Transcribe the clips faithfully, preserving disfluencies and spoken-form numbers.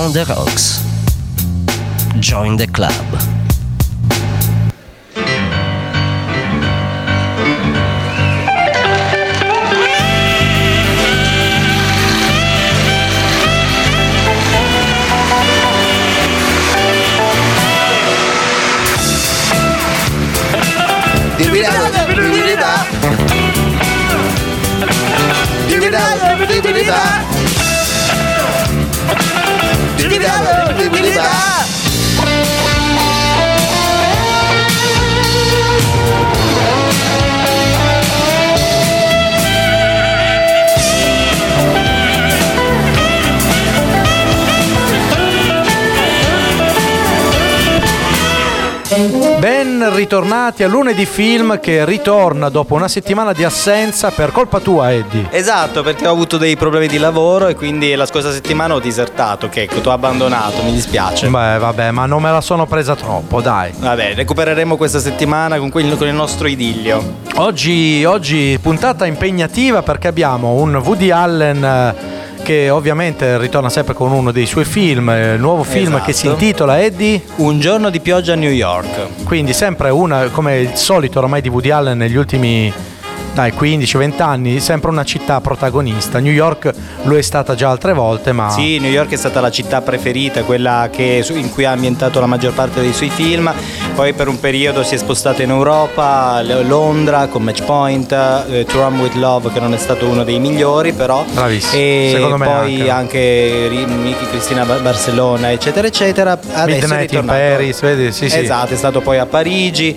Brown the Rocks. Join the club. Ben ritornati a Lunedì Film, che ritorna dopo una settimana di assenza per colpa tua, Eddie. Esatto, perché ho avuto dei problemi di lavoro e quindi la scorsa settimana ho disertato, che ti ho abbandonato, mi dispiace. Beh, vabbè, ma non me la sono presa troppo, dai. Vabbè, recupereremo questa settimana con, quel, con il nostro idillio. Oggi, oggi puntata impegnativa perché abbiamo un Woody Allen che ovviamente ritorna sempre con uno dei suoi film, il nuovo film esatto. che si intitola, Eddie? Un giorno di pioggia a New York. Quindi sempre una, come il solito ormai di Woody Allen negli ultimi dai quindici venti anni, sempre una città protagonista. New York lo è stata già altre volte, ma sì, New York è stata la città preferita, quella che, in cui ha ambientato la maggior parte dei suoi film. Poi per un periodo si è spostato in Europa, Londra con Match Point, eh, To Run With Love, che non è stato uno dei migliori però. Bravissimo. E secondo me poi anche, anche Mickey Cristina Barcellona, eccetera eccetera. Adesso Midnight è ritornato in Paris, vedi? Sì, sì. Esatto, è stato poi a Parigi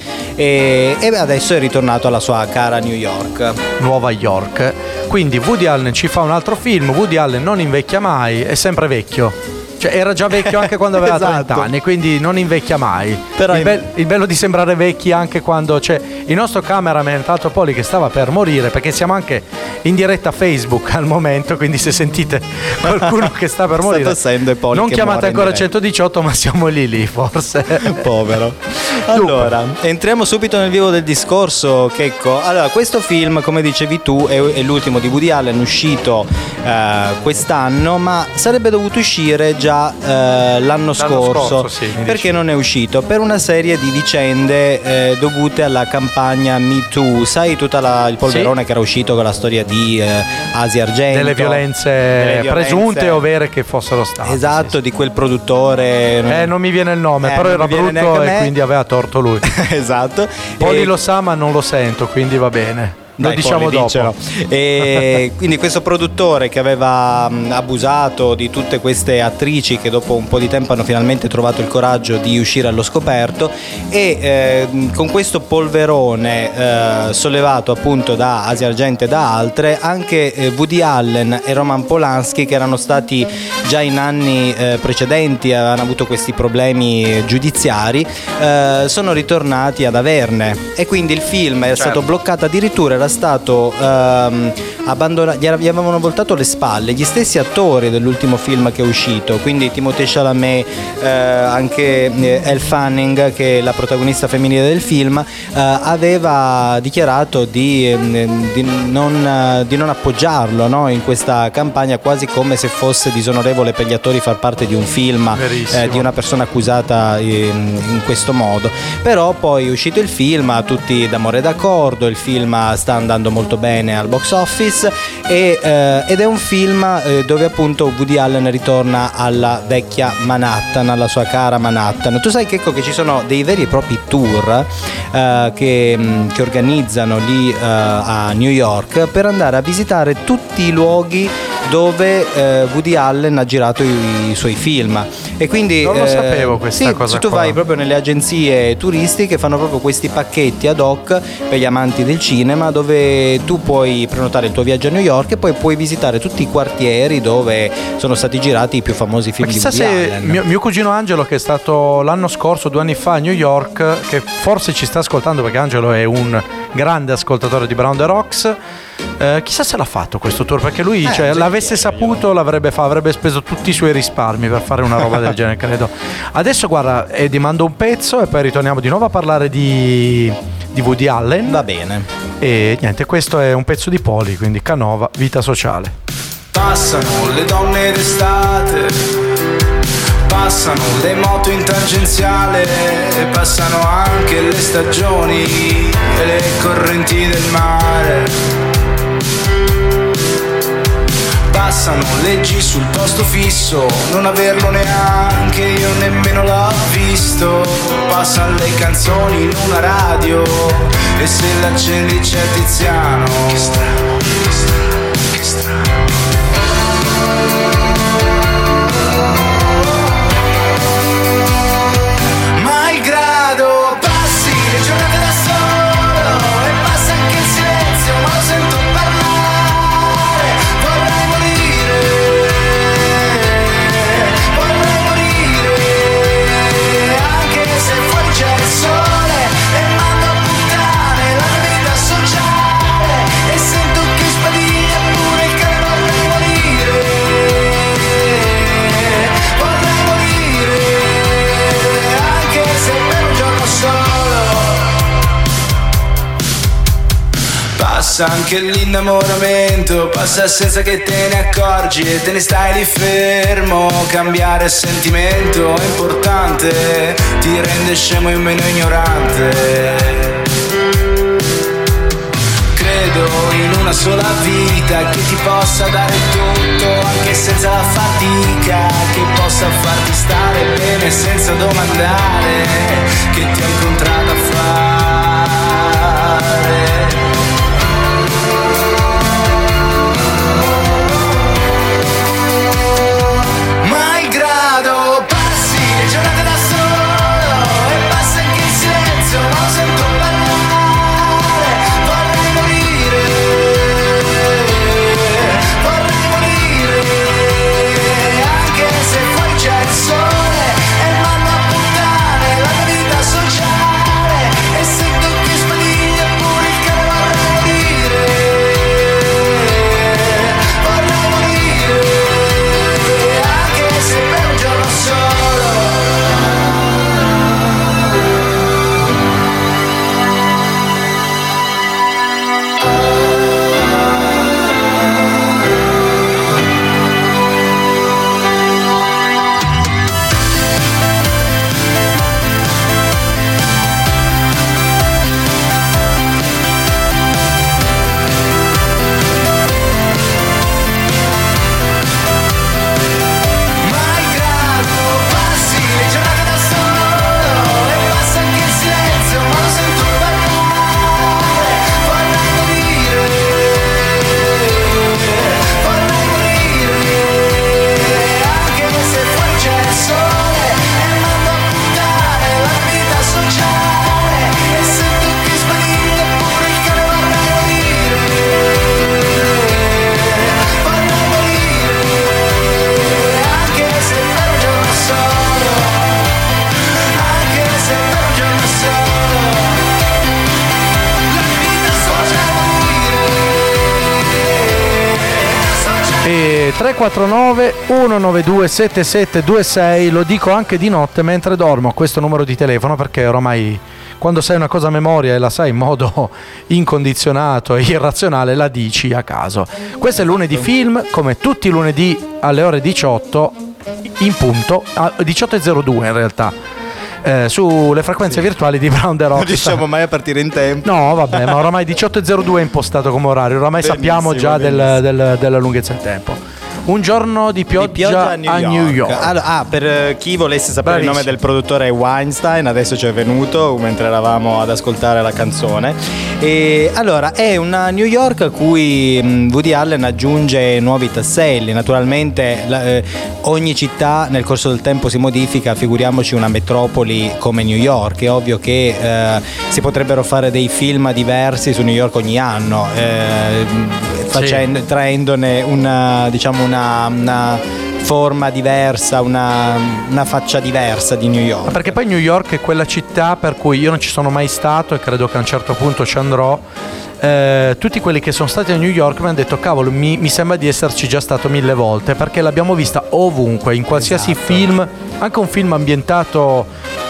e, e adesso è ritornato alla sua cara New York. Nuova York. Quindi Woody Allen ci fa un altro film. Woody Allen non invecchia mai, è sempre vecchio. Cioè era già vecchio anche quando aveva esatto. trenta anni, quindi non invecchia mai. Però il, be- il bello di sembrare vecchi anche quando c'è il nostro cameraman, tra l'altro Poli, che stava per morire, perché siamo anche in diretta Facebook al momento, quindi se sentite qualcuno che sta per morire, sta tossendo e Poli non che chiamate ancora in centodiciotto, ma siamo lì lì forse. Povero. Allora, entriamo subito nel vivo del discorso, Checco. Allora, questo film, come dicevi tu, è, è l'ultimo di Woody Allen, uscito eh, quest'anno, ma sarebbe dovuto uscire già eh, l'anno, l'anno scorso, scorso sì, perché dici. non è uscito? Per una serie di vicende eh, dovute alla campagna Me Too. Sai, tutta la, il polverone sì. che era uscito con la storia di eh, Asia Argento, delle violenze, delle violenze presunte o vere che fossero state. Esatto, sì, sì. di quel produttore. Eh, non mi viene il nome, eh, però era brutto e quindi aveva torto lui. Esatto. Poli e... lo sa, ma non lo sento, quindi va bene. Lo Dai, diciamo Poli, dopo. dicelo. E quindi questo produttore che aveva mh, abusato di tutte queste attrici che dopo un po' di tempo hanno finalmente trovato il coraggio di uscire allo scoperto, e eh, con questo polverone eh, sollevato appunto da Asia Argento e da altre, anche eh, Woody Allen e Roman Polanski, che erano stati già in anni eh, precedenti, avevano avuto questi problemi giudiziari, eh, sono ritornati ad averne, e quindi il film è certo. stato bloccato, addirittura era stato ehm, abbandonato, gli avevano voltato le spalle gli stessi attori dell'ultimo film che è uscito, quindi Timothée Chalamet, eh, anche eh, Elle Fanning, che è la protagonista femminile del film, eh, aveva dichiarato di, eh, di, non, di non appoggiarlo, no? In questa campagna, quasi come se fosse disonorevole per gli attori far parte di un film eh, di una persona accusata in, in questo modo. Però poi è uscito il film, tutti d'amore d'accordo, il film sta andando molto bene al box office e, eh, ed è un film eh, dove appunto Woody Allen ritorna alla vecchia Manhattan, alla sua cara Manhattan. Tu sai, Checco, che ci sono dei veri e propri tour eh, che, che organizzano lì eh, a New York per andare a visitare tutti i luoghi dove eh, Woody Allen ha girato i, i suoi film, e quindi non lo eh, sapevo questa sì, cosa tu qua. vai proprio nelle agenzie turistiche, fanno proprio questi pacchetti ad hoc per gli amanti del cinema, dove tu puoi prenotare il tuo viaggio a New York e poi puoi visitare tutti i quartieri dove sono stati girati i più famosi film di Woody Allen. Chissà se mio, mio cugino Angelo, che è stato l'anno scorso, due anni fa a New York, che forse ci sta ascoltando perché Angelo è un grande ascoltatore di Brown the Rocks, eh, chissà se l'ha fatto questo tour, perché lui eh, cioè, l'avesse saputo l'avrebbe fatto, avrebbe speso tutti i suoi risparmi per fare una roba del genere, credo. Adesso guarda, Eddie, mando un pezzo e poi ritorniamo di nuovo a parlare di, di Woody Allen. Va bene. E niente, questo è un pezzo di Poli, quindi Canova, Vita Sociale. Passano le donne d'estate Passano le moto in tangenziale, passano anche le stagioni e le correnti del mare. Passano leggi sul posto fisso, non averlo neanche io nemmeno l'ho visto. Passano le canzoni in una radio e se l'accendi c'è Tiziano. Che strano, che strano, che strano. Malgrado passi le giornate da solo e passa anche il silenzio, ma lo sento parlare. Vorrei morire, vorrei morire, anche se fuori c'è il sole e mando a puttane la mia vita sociale e sento che sbadiglia pure il cane. Vorrei morire, vorrei morire, anche se per un giorno solo. Passa anche l'innamoramento, passa senza che te ne accorgi e te ne stai lì fermo. Cambiare sentimento è importante, ti rende scemo e meno ignorante. Credo in una sola vita che ti possa dare tutto, anche senza la fatica, che possa farti stare bene senza domandare che ti ho incontrato a fare. Malgrado passi le giornate da solo e passa anche il silenzio, ma lo sento parlare. Vorrei morire, vorrei morire, anche se fuori c'è il sole e mando a puttane la mia vita sociale e sento che sbadiglia pure il cane. Vorrei morire, vorrei morire, anche se per un giorno solo. Malgrado passi le giornate da solo e passa anche il silenzio, ma lo sento parlare. Vorrei morire, vorrei morire, anche se fuori c'è il sole e mando a puttane la mia vita sociale e sento che sbadiglia pure il cane. Vorrei morire, vorrei morire, anche se per un giorno solo, anche se per un giorno solo. La vita sociale. E tre quattro nove uno nove due sette sette due sei, lo dico anche di notte mentre dormo, questo numero di telefono, perché oramai quando sai una cosa a memoria e la sai in modo incondizionato e irrazionale la dici a caso. Questo è Lunedì Film, come tutti i lunedì alle ore diciotto in punto, a diciotto e zero due in realtà, eh, sulle frequenze virtuali di Brown the Rock. Non riusciamo mai a partire in tempo. No, vabbè, ma oramai diciotto e zero due è impostato come orario, oramai Benissimo, sappiamo già del, benissimo. del- della lunghezza del tempo. Un giorno di pioggia, Di pioggia a New a York. New York. Allora, ah, per eh, chi volesse sapere Bravissimo. il nome del produttore è Weinstein, adesso ci è venuto mentre eravamo ad ascoltare la canzone. E allora è una New York a cui mh, Woody Allen aggiunge nuovi tasselli. Naturalmente la- eh, ogni città nel corso del tempo si modifica, figuriamoci una metropoli come New York. È ovvio che eh, si potrebbero fare dei film diversi su New York ogni anno, eh, facendo, traendone una, diciamo una, una forma diversa, una, una faccia diversa di New York. Ma perché poi New York è quella città per cui io non ci sono mai stato e credo che a un certo punto ci andrò. Eh, tutti quelli che sono stati a New York mi hanno detto cavolo, mi, mi sembra di esserci già stato mille volte, perché l'abbiamo vista ovunque, in qualsiasi Esatto. film, anche un film ambientato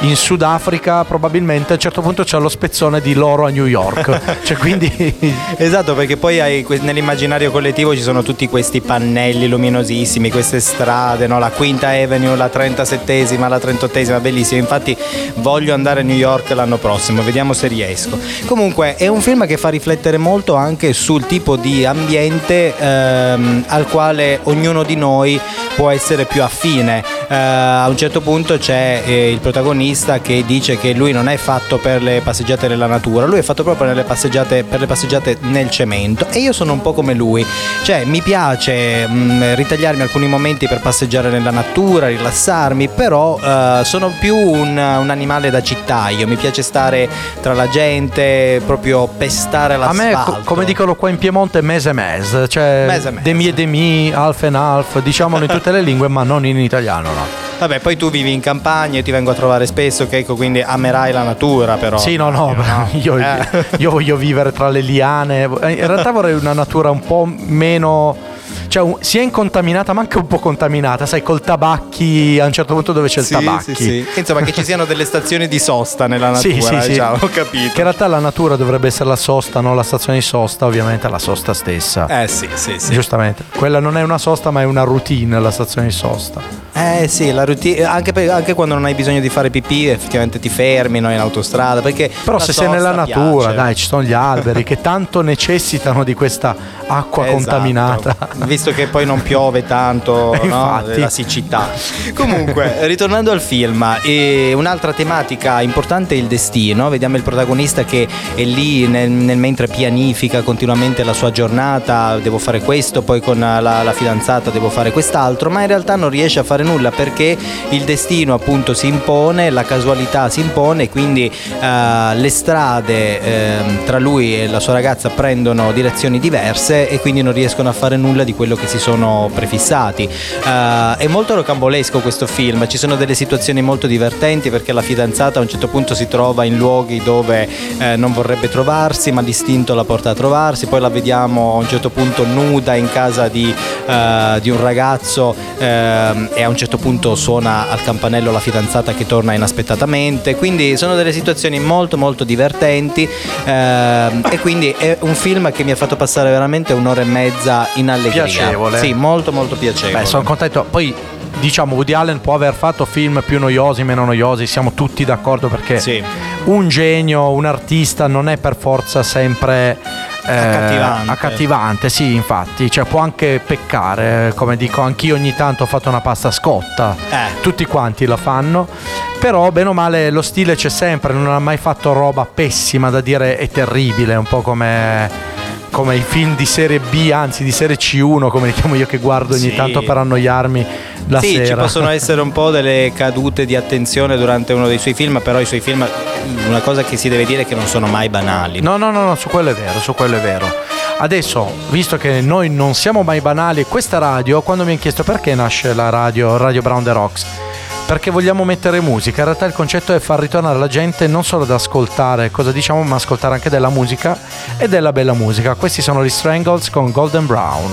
in Sudafrica probabilmente a un certo punto c'è lo spezzone di loro a New York. Cioè, quindi esatto, perché poi hai, nell'immaginario collettivo ci sono tutti questi pannelli luminosissimi, queste strade, no? La Quinta Avenue, la trentasettesima, la trentottesima, bellissima. Infatti voglio andare a New York l'anno prossimo, vediamo se riesco. Comunque è un film che fa riflettere molto anche sul tipo di ambiente ehm, al quale ognuno di noi può essere più affine. Eh, a un certo punto c'è eh, il protagonista che dice che lui non è fatto per le passeggiate nella natura, lui è fatto proprio nelle passeggiate, per le passeggiate nel cemento, e io sono un po' come lui, cioè mi piace mh, ritagliarmi alcuni momenti per passeggiare nella natura, rilassarmi, però eh, sono più un, un animale da città, io mi piace stare tra la gente, proprio pestare l'asfalto. A me, co- come dicono qua in Piemonte, mese mes, cioè mese mes. demi e demi, half and half, diciamolo in tutte le lingue, ma non in italiano, no. Vabbè, poi tu vivi in campagna e ti vengo a trovare spesso, che ecco, quindi amerai la natura, però. Sì, no, no, no. Io, Eh. io voglio vivere tra le liane. In realtà vorrei una natura un po' meno, cioè un, sia incontaminata ma anche un po' contaminata, sai, col tabacchi, a un certo punto dove c'è il Sì, tabacchi. sì, sì. Insomma, che ci siano delle stazioni di sosta nella natura, Sì, sì, sì. diciamo, ho capito. Che in realtà la natura dovrebbe essere la sosta, non la stazione di sosta, ovviamente la sosta stessa. Eh sì, sì, sì. Giustamente. Quella non è una sosta, ma è una routine, la stazione di sosta. Eh sì, la routine, anche, per, anche quando non hai bisogno di fare pipì, effettivamente ti fermi, no, in autostrada, perché Però la se sei nella sosta natura, piace. dai, ci sono gli alberi che tanto necessitano di questa acqua Esatto. contaminata. Visto che poi non piove tanto, no? Infatti. La siccità. Comunque, ritornando al film, eh, un'altra tematica importante è il destino. Vediamo il protagonista che è lì nel, nel mentre pianifica continuamente la sua giornata, devo fare questo, poi con la, la fidanzata devo fare quest'altro, ma in realtà non riesce a fare nulla perché il destino appunto si impone, la casualità si impone, quindi eh, le strade eh, tra lui e la sua ragazza prendono direzioni diverse e quindi non riescono a fare nulla di quello che si sono prefissati. Eh, è molto rocambolesco questo film, ci sono delle situazioni molto divertenti perché la fidanzata a un certo punto si trova in luoghi dove eh, non vorrebbe trovarsi, ma l'istinto la porta a trovarsi, poi la vediamo a un certo punto nuda in casa di, eh, di un ragazzo eh, e a un certo punto suona al campanello la fidanzata che torna inaspettatamente, quindi sono delle situazioni molto molto divertenti eh, e quindi è un film che mi ha fatto passare veramente un'ora e mezza in allegria. Piacevole. Sì, molto molto piacevole. Beh, sono contento. Poi diciamo, Woody Allen può aver fatto film più noiosi, meno noiosi, siamo tutti d'accordo, perché Sì. un genio, un artista non è per forza sempre eh, Accattivante. accattivante, sì, infatti, cioè può anche peccare, come dico, anch'io ogni tanto ho fatto una pasta scotta, Eh. tutti quanti la fanno, però bene o male lo stile c'è sempre, non ha mai fatto roba pessima da dire è terribile, un po' come come i film di serie B, anzi di serie C uno, come li chiamo io, che guardo ogni Sì. tanto per annoiarmi la sì, sera. ci possono essere un po' delle cadute di attenzione durante uno dei suoi film, però i suoi film, una cosa che si deve dire è che non sono mai banali. No, no, no, no, su quello è vero, su quello è vero. Adesso, visto che noi non siamo mai banali, questa radio, quando mi hanno chiesto perché nasce la radio, Radio Brown The Rocks, perché vogliamo mettere musica. In realtà il concetto è far ritornare la gente non solo ad ascoltare cosa diciamo, ma ascoltare anche della musica e della bella musica. Questi sono gli Strangles con Golden Brown.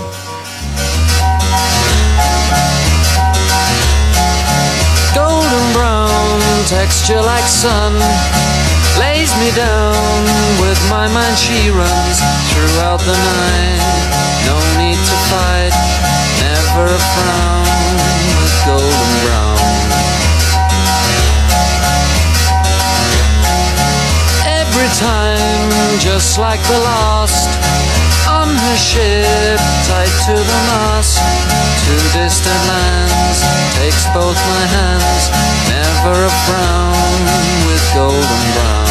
Golden brown, texture like sun, lays me down. With my mind she runs throughout the night. No need to fight, never a frown with golden brown. Every time, just like the last, on her ship, tied to the mast, to distant lands, takes both my hands, never a frown with golden brown.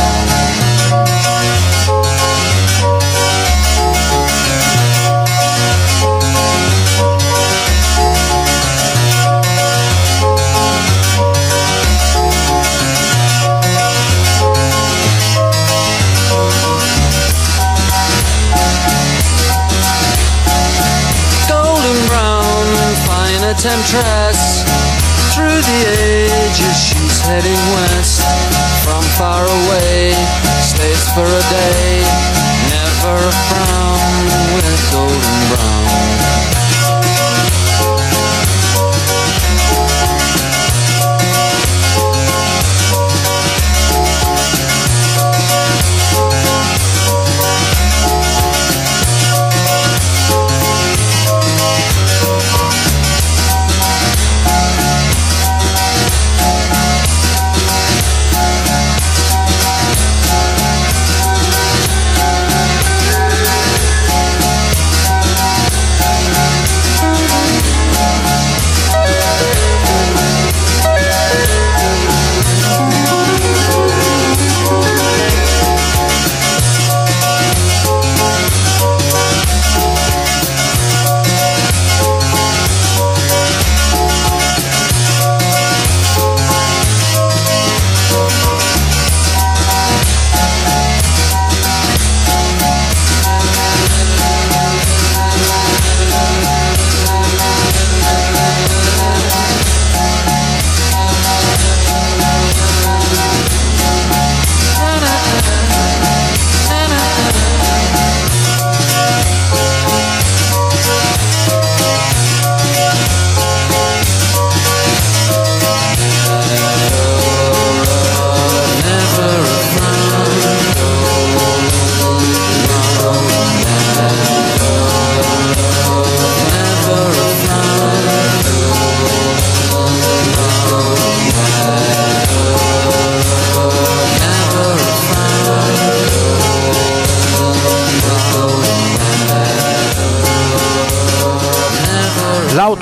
A temptress, through the ages she's heading west. From far away, stays for a day, never a frown with golden brown.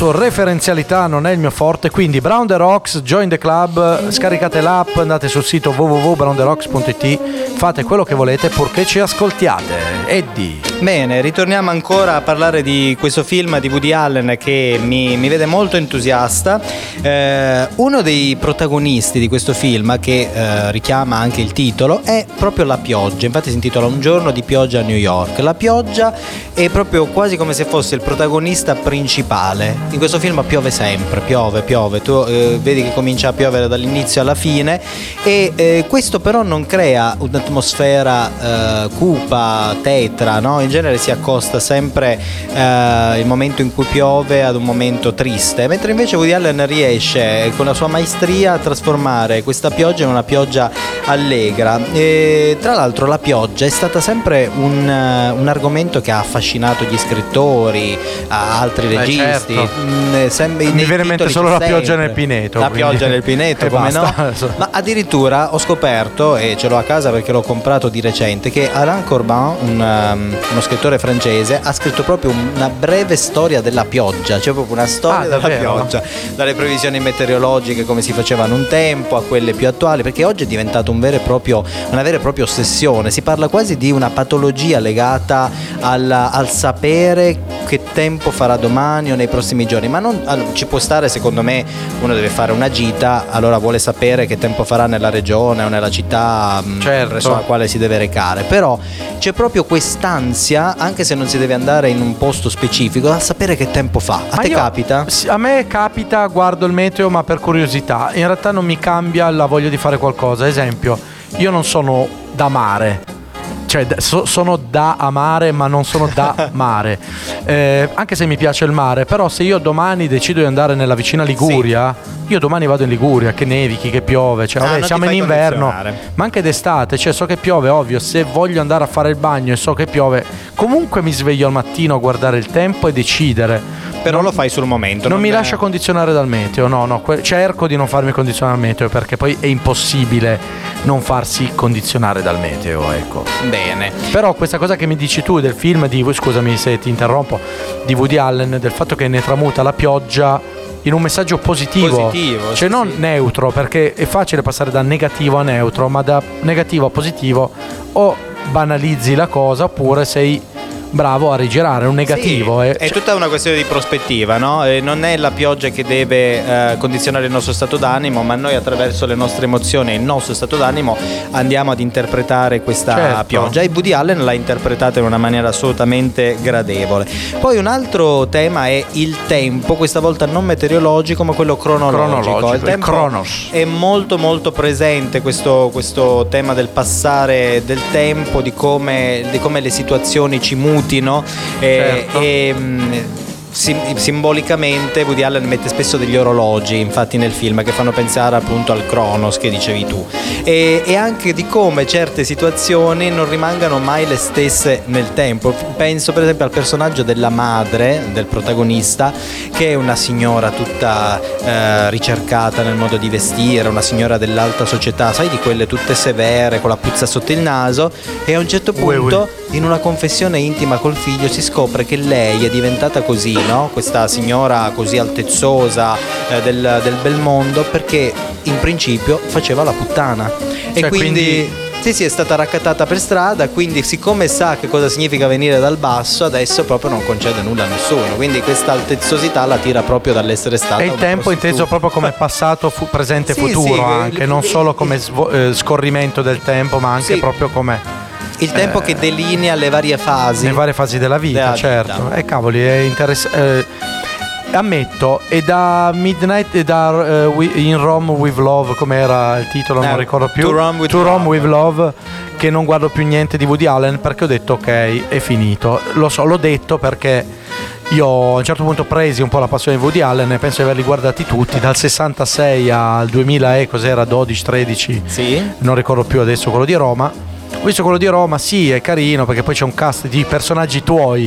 detto, referenzialità non è il mio forte, quindi Brown the Rocks, Join the Club, scaricate l'app, andate sul sito w w w punto brown the rocks punto i t, fate quello che volete purché ci ascoltiate. Eddie. Bene, ritorniamo ancora a parlare di questo film di Woody Allen che mi, mi vede molto entusiasta. Eh, uno dei protagonisti di questo film, che eh, richiama anche il titolo, è proprio la pioggia. Infatti si intitola Un giorno di pioggia a New York. La pioggia è proprio quasi come se fosse il protagonista principale. In questo film piove sempre, piove, piove. Tu eh, vedi che comincia a piovere dall'inizio alla fine e eh, questo però non crea un'atmosfera eh, cupa, tetra, no? In genere si accosta sempre eh, il momento in cui piove ad un momento triste, mentre invece Woody Allen riesce con la sua maestria a trasformare questa pioggia in una pioggia allegra. E tra l'altro la pioggia è stata sempre un, un argomento che ha affascinato gli scrittori, altri registi. Eh, certo. Sem- Mi viene in mente solo la pioggia nel Pineto. La quindi. pioggia nel Pineto, come no? Ma addirittura ho scoperto, e ce l'ho a casa perché l'ho comprato di recente, che Alain Corbin, un, um, uno scrittore francese, ha scritto proprio una breve storia della pioggia, cioè proprio una storia ah, della davvero? pioggia, dalle previsioni meteorologiche come si facevano un tempo a quelle più attuali, perché oggi è diventato un vero e proprio, una vera e propria ossessione. Si parla quasi di una patologia legata al, al sapere che tempo farà domani o nei prossimi giorni, ma non allora, ci può stare, secondo me, uno deve fare una gita, allora vuole sapere che tempo farà nella regione o nella città certo. presso la quale si deve recare, però c'è proprio quest'ansia, anche se non si deve andare in un posto specifico, a sapere che tempo fa. A ma te io, capita? A me capita, guardo il meteo ma per curiosità, in realtà non mi cambia la voglia di fare qualcosa. Esempio, io non sono da mare, cioè so, sono da amare ma non sono da mare, eh, anche se mi piace il mare, però se io domani decido di andare nella vicina Liguria, sì. Io domani vado in Liguria, che nevichi, che piove, cioè, ah, vabbè, siamo in inverno, ma anche d'estate, cioè so che piove, ovvio, se voglio andare a fare il bagno e so che piove, comunque mi sveglio al mattino a guardare il tempo e decidere. Però non lo fai sul momento. Non, non mi è... lascia condizionare dal meteo, no, no, cerco di non farmi condizionare dal meteo, perché poi è impossibile non farsi condizionare dal meteo, ecco. Bene. Però questa cosa che mi dici tu del film di, scusami se ti interrompo, di Woody Allen, del fatto che ne tramuta la pioggia in un messaggio positivo, positivo cioè sì, non sì. neutro, perché è facile passare da negativo a neutro, ma da negativo a positivo o banalizzi la cosa oppure sei bravo a rigirare un negativo. Sì, eh. è tutta una questione di prospettiva, no? E non è la pioggia che deve eh, condizionare il nostro stato d'animo, ma noi attraverso le nostre emozioni e il nostro stato d'animo andiamo ad interpretare questa certo. pioggia, e Woody Allen l'ha interpretata in una maniera assolutamente gradevole. Poi un altro tema è il tempo, questa volta non meteorologico ma quello cronologico, cronologico il tempo Cronos. È molto molto presente questo, questo tema del passare del tempo, di come, di come le situazioni ci mutano. E, certo. e mh, sim- simbolicamente Woody Allen mette spesso degli orologi, infatti, nel film, che fanno pensare appunto al Cronos che dicevi tu, e, e anche di come certe situazioni non rimangano mai le stesse nel tempo. Penso per esempio al personaggio della madre del protagonista, che è una signora tutta eh, ricercata nel modo di vestire, una signora dell'alta società, sai, di quelle tutte severe con la puzza sotto il naso, e a un certo punto oui, oui. in una confessione intima col figlio si scopre che lei è diventata così, no? Questa signora così altezzosa eh, del, del bel mondo, perché in principio faceva la puttana, cioè, e quindi, quindi... Sì, sì, è stata raccattata per strada, quindi siccome sa che cosa significa venire dal basso, adesso proprio non concede nulla a nessuno, quindi questa altezzosità la tira proprio dall'essere stata. E il tempo inteso proprio come passato, fu- presente e sì, futuro, sì, anche, il, non il, solo come svo- eh, scorrimento del tempo, ma anche sì, proprio come... il tempo eh, che delinea le varie fasi. Le varie fasi della vita, della certo. Vita. E eh, cavoli, è interessante. Eh, ammetto, è da Midnight, è da uh, In Rome with Love, come era il titolo, non eh, ricordo più. To Rome with, to Love. Rome with Love, che non guardo più niente di Woody Allen, perché ho detto ok, è finito. Lo so, l'ho detto perché io a un certo punto presi un po' la passione di Woody Allen e penso di averli guardati tutti, dal sessantasei al duemila e cos'era, dodici tredici, sì, non ricordo più adesso quello di Roma. Ho visto quello di Roma, sì, è carino perché poi c'è un cast di personaggi tuoi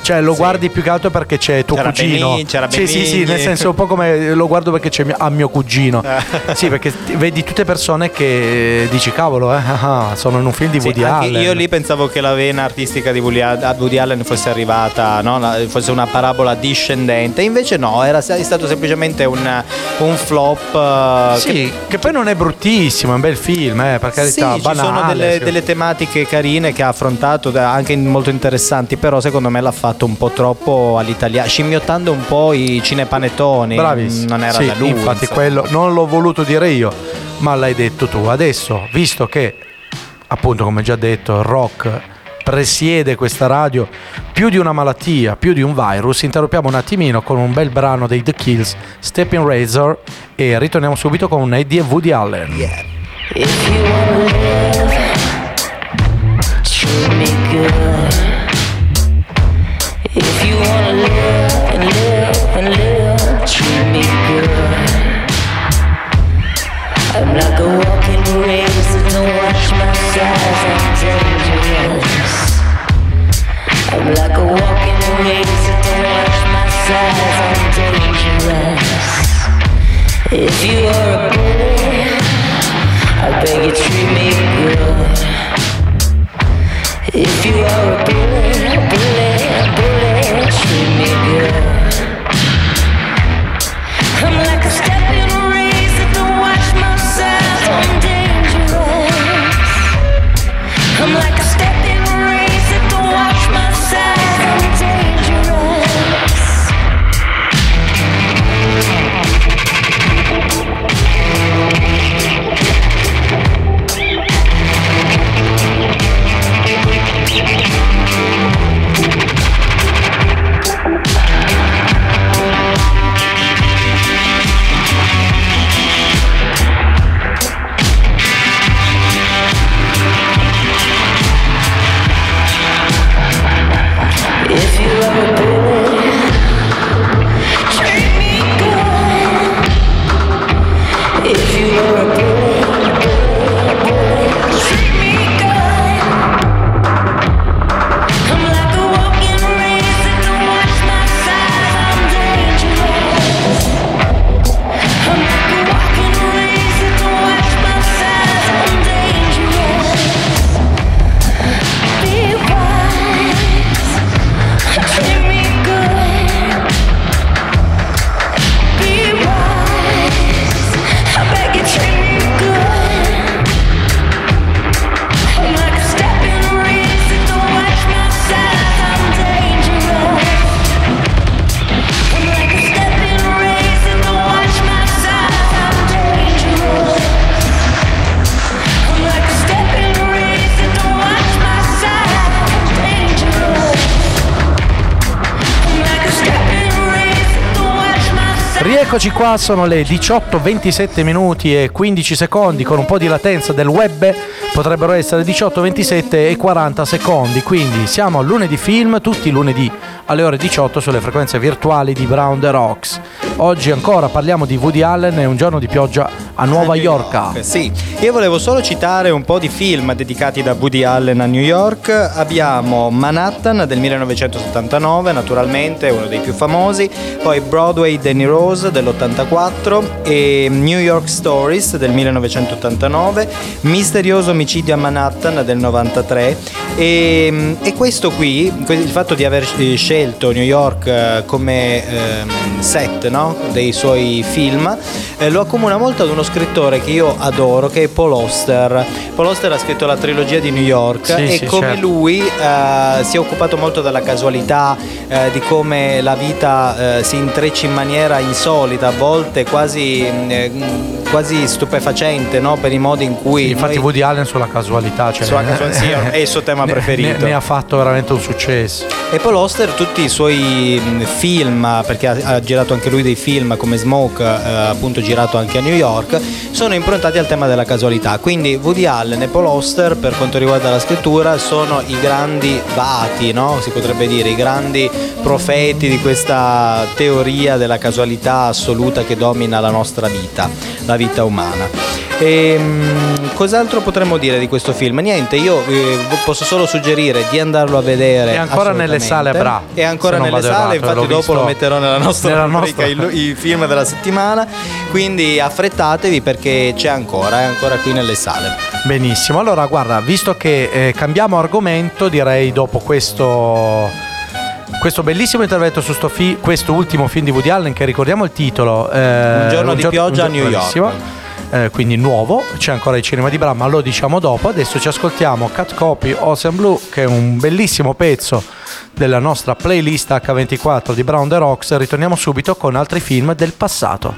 cioè lo Sì. guardi più che altro perché c'è tuo C'era cugino. Benigni, c'era sì, sì, sì, Benigni. nel senso un po' come lo guardo perché c'è mio, a mio cugino. Sì, perché ti- vedi tutte persone che dici cavolo, eh, ah, sono in un film di Sì, Woody anche Allen. io lì pensavo che la vena artistica di Woody a Woody Allen fosse arrivata, no? La- fosse una parabola discendente, invece no, era è stato semplicemente un, un flop. eh, Sì, che- che, poi non è bruttissimo, è un bel film, eh, per carità, sì, ci banale. sono delle, sì. delle tematiche carine che ha affrontato, da- anche molto interessanti, però secondo me l'ha fatto un po' troppo all'italiano, scimmiottando un po' i cinepanettoni. Bravissimo. Non era Sì, da lui. infatti insomma. quello non l'ho voluto dire io, ma l'hai detto tu. Adesso, visto che appunto come già detto il rock presiede questa radio più di una malattia, più di un virus, interrompiamo un attimino con un bel brano dei The Kills, Stepping Razor, e ritorniamo subito con Eddie e Woody Allen. If you wanna live, treat me good. If you wanna live and live and live, treat me good. I'm like a walking razor, don't watch my size, I'm dangerous. I'm like a walking razor, don't watch my size, I'm dangerous. If you are a bully, I beg you treat me good. If you are a bully, a bully, a bully, treat me good. I'm like a stepping razor, don't watch my size, I'm dangerous. I'm like a stepping razor, don't watch my size, I'm dangerous. If you are a bully, treat me good. If you are a bully, bully, bully, treat me good. I'm like a walking razor, don't watch my size, I'm dangerous. I'm like a walking razor, don't watch my size, I'm dangerous. Be wise, treat me good. Be wise, I beg you, treat me good. I'm like a stepping razor, don't watch my size, I'm dangerous. I'm like a stepping razor, don't watch my size, I'm dangerous. I'm like a stepping razor, don't watch my size, I'm dangerous. I'm like a stepping razor, don't watch my size. Rieccoci qua, sono le diciotto ventisette minuti e quindici secondi, con un po' di latenza del web potrebbero essere diciotto ventisette e quaranta secondi, quindi siamo a lunedì film, tutti i lunedì alle ore diciotto sulle frequenze virtuali di Brown the Rocks. Oggi ancora parliamo di Woody Allen e un giorno di pioggia a Nuova York. Sì, io volevo solo citare un po' di film dedicati da Woody Allen a New York. Abbiamo Manhattan del millenovecentosettantanove, naturalmente uno dei più famosi, poi Broadway Danny Rose dell'ottantaquattro e New York Stories del millenovecentottantanove, Misterioso omicidio a Manhattan del novantatré e, e questo qui, il fatto di aver scelto New York eh, come ehm, set, no? dei suoi film eh, lo accomuna molto ad uno scrittore che io adoro, che è Paul Auster. Paul Auster ha scritto la trilogia di New York Sì, e sì, come certo. lui eh, si è occupato molto della casualità, eh, di come la vita eh, si intreccia in maniera insolita, a volte quasi, eh, quasi stupefacente, no? per i modi in cui Sì, infatti noi- Woody Allen sulla casualità, cioè, Sulla casualità, sì, è il suo tema ne- preferito. ne, ne ha fatto veramente un successo. E Paul Auster, tutti i suoi mh, film, perché ha, ha girato anche lui dei film come Smoke, eh, appunto girato anche a New York, sono improntati al tema della casualità. Quindi Woody Allen e Paul Auster, per quanto riguarda la scrittura, sono i grandi vati, no? Si potrebbe dire, i grandi profeti di questa teoria della casualità assoluta che domina la nostra vita, la vita umana. E, mh, cos'altro potremmo dire di questo film? Niente, io eh, posso solo suggerire di andarlo a vedere. È ancora nelle sale Bra. È ancora se non nelle vado sale, errato, infatti l'ho dopo visto lo metterò nella nostra nella rubrica nostra- i, i film della settimana, quindi affrettatevi perché c'è ancora, è ancora qui nelle sale. Benissimo, allora guarda, visto che eh, cambiamo argomento, direi dopo questo questo bellissimo intervento su sto fi- questo ultimo film di Woody Allen, che ricordiamo il titolo, eh, Un giorno di gio- pioggia a un New York. bravissimo, eh, quindi nuovo, c'è ancora il cinema di Bra, ma lo diciamo dopo. Adesso ci ascoltiamo Cat Copy Ocean Blue, che è un bellissimo pezzo della nostra playlist acca ventiquattro di Brown the Rocks. Ritorniamo subito con altri film del passato.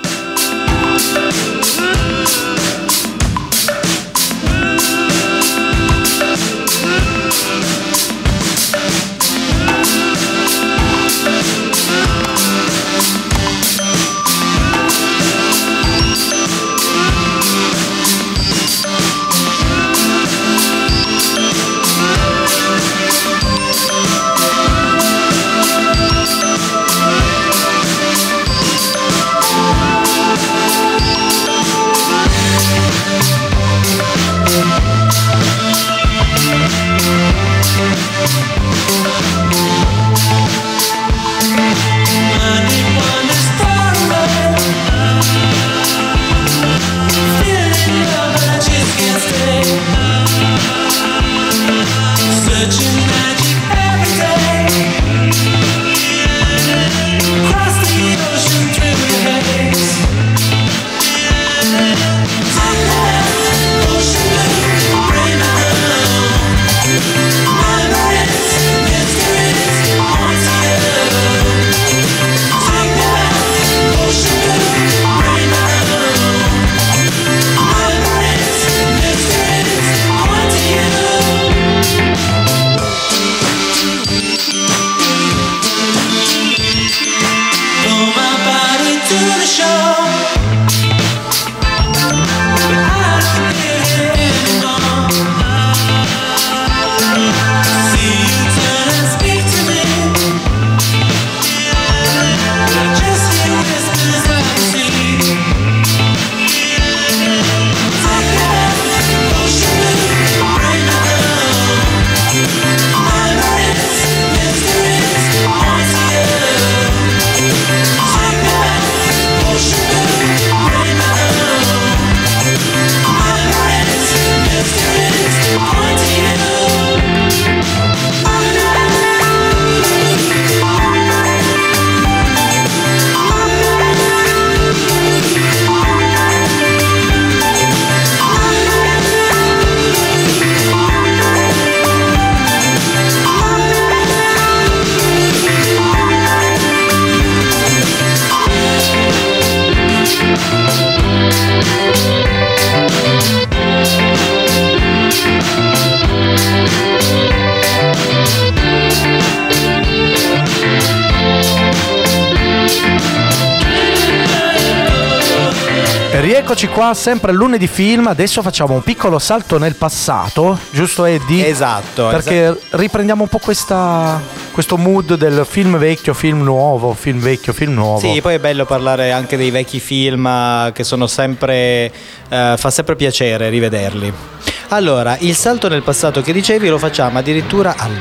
Rieccoci qua, sempre lunedì film. Adesso facciamo un piccolo salto nel passato, giusto Eddie? Esatto. Perché esatto. riprendiamo un po' questa, questo mood del film vecchio, film nuovo, film vecchio, film nuovo. Sì, poi è bello parlare anche dei vecchi film eh, che sono sempre, eh, fa sempre piacere rivederli. Allora, il salto nel passato che dicevi lo facciamo addirittura al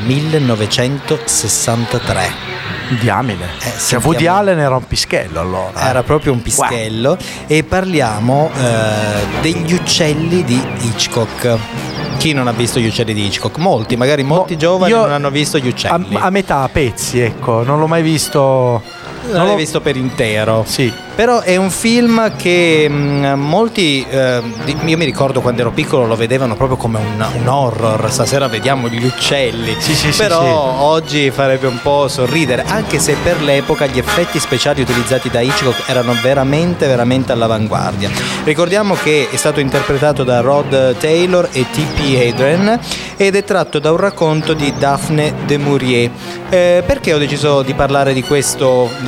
millenovecentosessantatré. Diamine. Eh, Cioè, sentiamo- Woody Allen era un pischello allora. Era proprio un pischello. E parliamo eh, degli uccelli di Hitchcock. Chi non ha visto gli uccelli di Hitchcock? Molti, magari molti Mo- giovani io- non hanno visto gli A, uccelli. a metà, a pezzi, ecco. Non l'ho mai visto. non l'hai l'ho- visto per intero. Sì. Però è un film che mh, molti, eh, di- io mi ricordo quando ero piccolo lo vedevano proprio come un, un horror, stasera vediamo gli uccelli, Sì, sì, sì, però sì. oggi farebbe un po' sorridere, anche se per l'epoca gli effetti speciali utilizzati da Hitchcock erano veramente veramente all'avanguardia. Ricordiamo che è stato interpretato da Rod Taylor e T P Adrian ed è tratto da un racconto di Daphne du Maurier. Eh, perché ho deciso di parlare di questo, di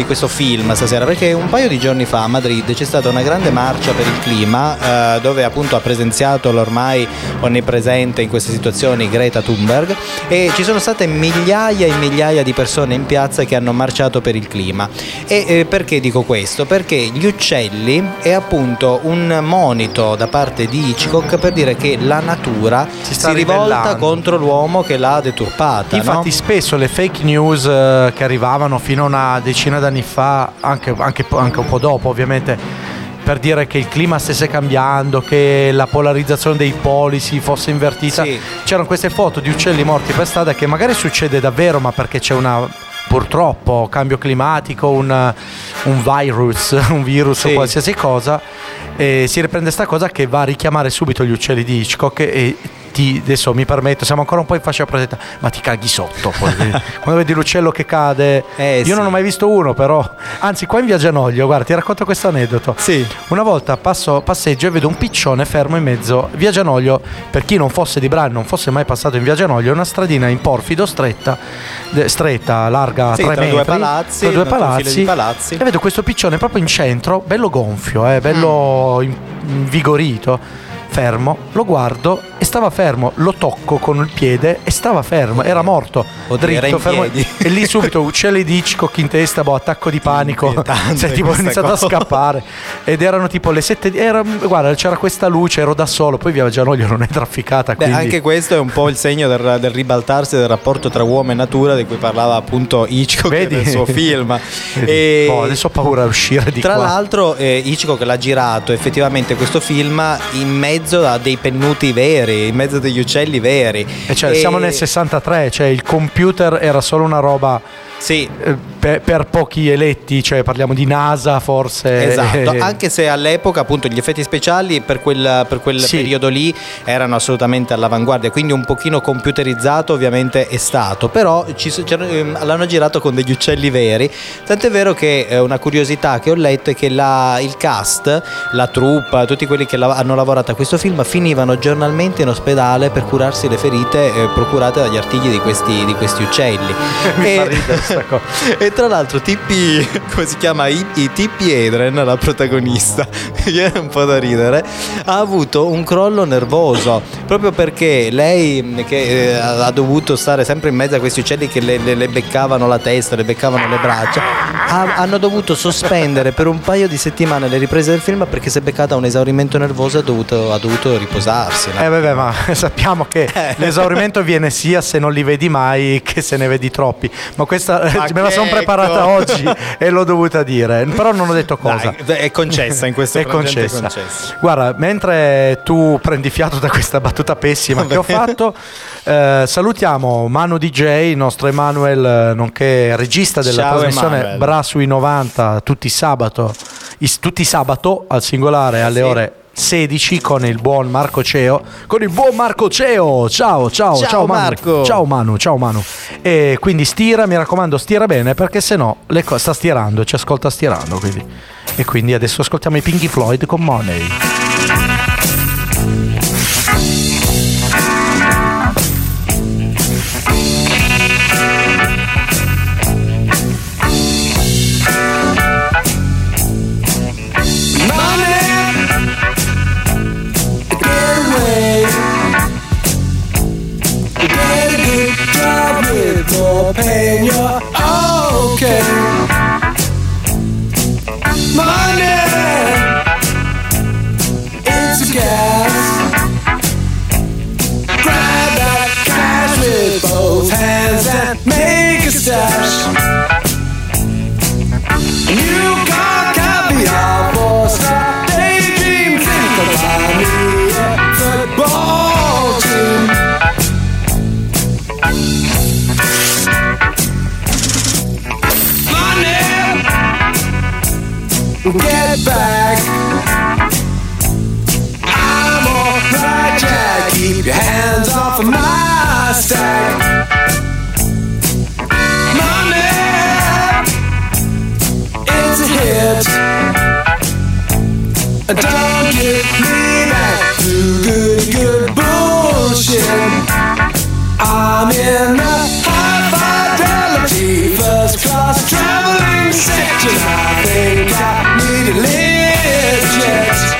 di questo film stasera, perché un paio di giorni fa a Madrid c'è stata una grande marcia per il clima, eh, dove appunto ha presenziato l'ormai onnipresente in queste situazioni Greta Thunberg, e ci sono state migliaia e migliaia di persone in piazza che hanno marciato per il clima. E eh, perché dico questo? Perché gli uccelli è appunto un monito da parte di Hitchcock per dire che la natura si, si rivolta ribellando contro l'uomo che l'ha deturpata. Infatti no? spesso le fake news eh, che arrivavano fino a una decina d'anni fa, anche, anche, anche un po' dopo ovviamente, per dire che il clima stesse cambiando, che la polarizzazione dei poli si fosse invertita, Sì. c'erano queste foto di uccelli morti per strada, che magari succede davvero, ma perché c'è una, purtroppo, cambio climatico, un, un virus, un virus Sì. o qualsiasi cosa, e si riprende sta cosa che va a richiamare subito gli uccelli di Hitchcock e ti, adesso mi permetto, siamo ancora un po' in fascia protetta, ma ti caghi sotto poi. Quando vedi l'uccello che cade, Eh, io sì. non ho mai visto uno, però, anzi qua in via Gianoglio, guarda, ti racconto questo aneddoto. Sì. Una volta passo, passeggio e vedo un piccione fermo in mezzo. Via Gianoglio, per chi non fosse di Bran, non fosse mai passato in via Gianoglio, è una stradina in porfido stretta, de- stretta, larga Sì, tre tra metri, due palazzi, tra due tra due file palazzi, di palazzi. e vedo questo piccione proprio in centro, bello gonfio, eh, bello Mm. in- invigorito, fermo, lo guardo e stava fermo, lo tocco con il piede e stava fermo, era morto, Oddio, era dritto, in fermo, piedi. e lì subito uccelli di Hitchcock in testa, boh, attacco di panico, Inquietante cioè, tipo ho questa iniziato cosa. a scappare, ed erano tipo le sette, era, guarda, c'era questa luce, ero da solo, poi via Gianoglio non è trafficata, Beh, quindi anche questo è un po' il segno del, del ribaltarsi del rapporto tra uomo e natura di cui parlava appunto Hitchcock Vedi? nel suo film. Vedi? E Boh, adesso ho paura di uscire di tra qua. l'altro eh, Hitchcock l'ha girato effettivamente questo film in mezzo a dei pennuti veri, in mezzo a degli uccelli veri. E cioè, E- siamo nel sessantatré, cioè il computer era solo una roba Sì, eh, per, per pochi eletti, cioè parliamo di NASA forse. esatto, eh, anche se all'epoca appunto gli effetti speciali per quel, per quel Sì. periodo lì erano assolutamente all'avanguardia, quindi un pochino computerizzato ovviamente è stato, però ci, so- c'erano- ehm, l'hanno girato con degli uccelli veri, tant'è vero che eh, una curiosità che ho letto è che la- il cast, la troupe, tutti quelli che la- hanno lavorato a questo film finivano giornalmente in ospedale per curarsi le ferite eh, procurate dagli artigli di questi, di questi uccelli. Mi fa E- ridere sta cosa. e tra l'altro Tippi, come si chiama? I, I Tippi Hedren, la protagonista, viene un po' da ridere, ha avuto un crollo nervoso proprio perché lei che eh, ha dovuto stare sempre in mezzo a questi uccelli che le, le- le beccavano la testa, le beccavano le braccia, ha- hanno dovuto sospendere per un paio di settimane le riprese del film perché si è beccata un esaurimento nervoso e ha dovuto, ha dovuto riposarsi, no? Eh vabbè, ma sappiamo che l'esaurimento viene sia se non li vedi mai che se ne vedi troppi. Ma questa Ma me la sono che preparata ecco. oggi e l'ho dovuta dire. Però non ho detto cosa. Dai, è concessa in questo È frangente, concessa. concessa. Guarda, mentre tu prendi fiato da questa battuta pessima che ho fatto, eh, salutiamo Manu D J, il nostro Emanuel, eh, nonché regista della Ciao, trasmissione Emanuel. Bra sui novanta, tutti sabato, is- tutti sabato al singolare alle Sì. ore sedici con il buon Marco Ceo. Con il buon Marco Ceo! Ciao, ciao, ciao, Ciao, Manu. Marco. Ciao Manu, ciao Manu. E quindi stira, mi raccomando, stira bene perché sennò le co- sta stirando, ci ascolta stirando. Quindi. E quindi adesso ascoltiamo i Pinky Floyd con Money. Paying you're okay. Money, it's a gas. Grab that cash with both hands and make a stash. You got caviar for star daydream. Think about me, a football team. Get back. I'm alright, Jack. Keep your hands off of my stack. Money, it's a hit. Don't get me back to good, good bullshit. I'm in the high fidelity first class traveling set. imagine. I think I need a legit.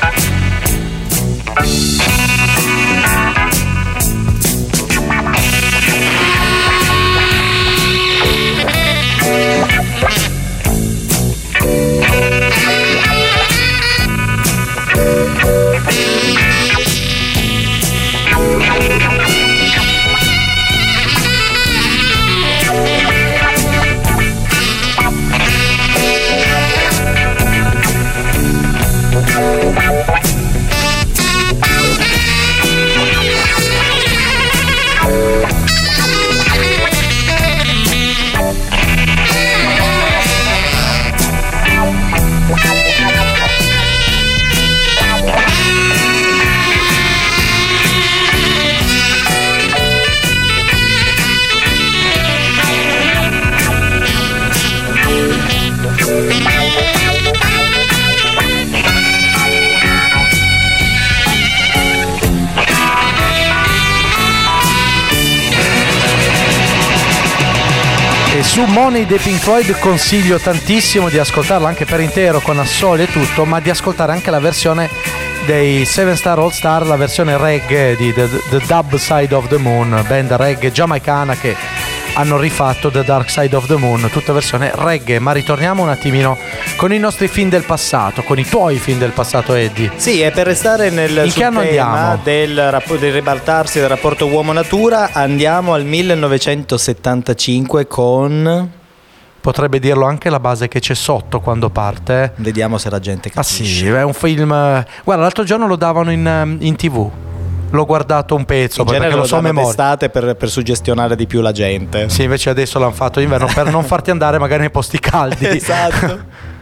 Su Money dei Pink Floyd consiglio tantissimo di ascoltarlo anche per intero con assoli e tutto, ma di ascoltare anche la versione dei Seven Star All Star, la versione reggae di The, The Dub Side of the Moon, band reggae giamaicana che hanno rifatto The Dark Side of the Moon, tutta versione reggae. Ma ritorniamo un attimino con i nostri film del passato, con i tuoi film del passato, Eddie. Sì, e per restare nel In che anno tema andiamo? del, rapp- del ribaltarsi del rapporto uomo-natura, andiamo al millenovecentosettantacinque con... Potrebbe dirlo anche la base che c'è sotto quando parte. eh. Vediamo se la gente Ah capisce. sì, è un film. Guarda, l'altro giorno lo davano in, in tv. L'ho guardato un pezzo In perché genere lo lo so a danno memoria. d'estate per, per suggestionare di più la gente. Sì, invece adesso l'hanno fatto d'inverno per non farti andare magari nei posti caldi. Esatto.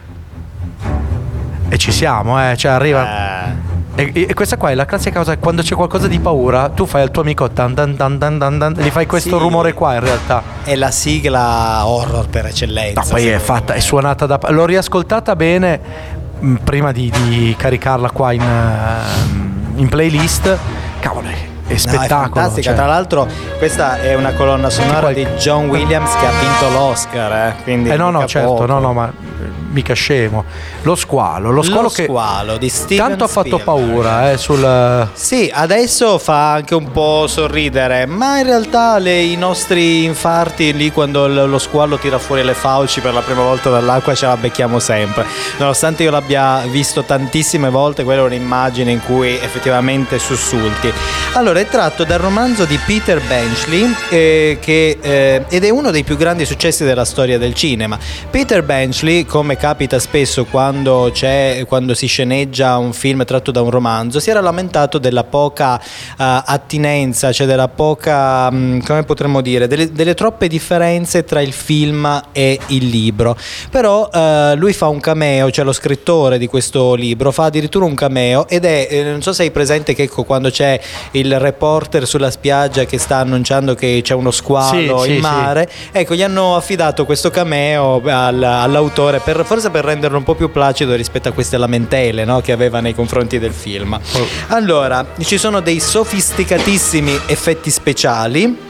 E ci siamo, eh, cioè arriva. Eh. E, e questa qua è la classica cosa, quando c'è qualcosa di paura, tu fai al tuo amico tan tan tan tan tan tan, gli fai questo Sì. rumore qua in realtà. È la sigla horror per eccellenza. No, poi è secondo fatta, me. è suonata da. L'ho riascoltata bene mh, prima di, di caricarla qua in, uh, in playlist. Cavolo, è, è No, spettacolo. è fantastica. cioè. Tra l'altro, questa è una colonna sonora qual- di John Williams che ha vinto l'Oscar. Eh, quindi Eh no, no, mica certo, poco. no, no, ma eh, mica scemo. Lo squalo, lo Lo squalo che squalo di Steven tanto ha fatto Spielberg. paura, eh, sul. Sì, adesso fa anche un po' sorridere, ma in realtà le- i nostri infarti lì quando l- lo squalo tira fuori le fauci per la prima volta dall'acqua ce la becchiamo sempre. Nonostante io l'abbia visto tantissime volte, quella è un'immagine in cui effettivamente sussulti. Allora, è tratto dal romanzo di Peter Benchley eh, che, eh, ed è uno dei più grandi successi della storia del cinema. Peter Benchley, come capita spesso quando c'è quando si sceneggia un film tratto da un romanzo, si era lamentato della poca uh, attinenza, cioè della poca, um, come potremmo dire, delle, delle troppe differenze tra il film e il libro. Però uh, lui fa un cameo, cioè lo scrittore di questo libro fa addirittura un cameo ed è, eh, non so se hai presente che ecco, quando c'è il reporter sulla spiaggia che sta annunciando che c'è uno squalo Sì, in sì, mare, ecco, gli hanno affidato questo cameo al- all'autore per, forse per renderlo un po' più placido rispetto a queste lamentele, no, che aveva nei confronti del film. Allora, ci sono dei sofisticatissimi effetti speciali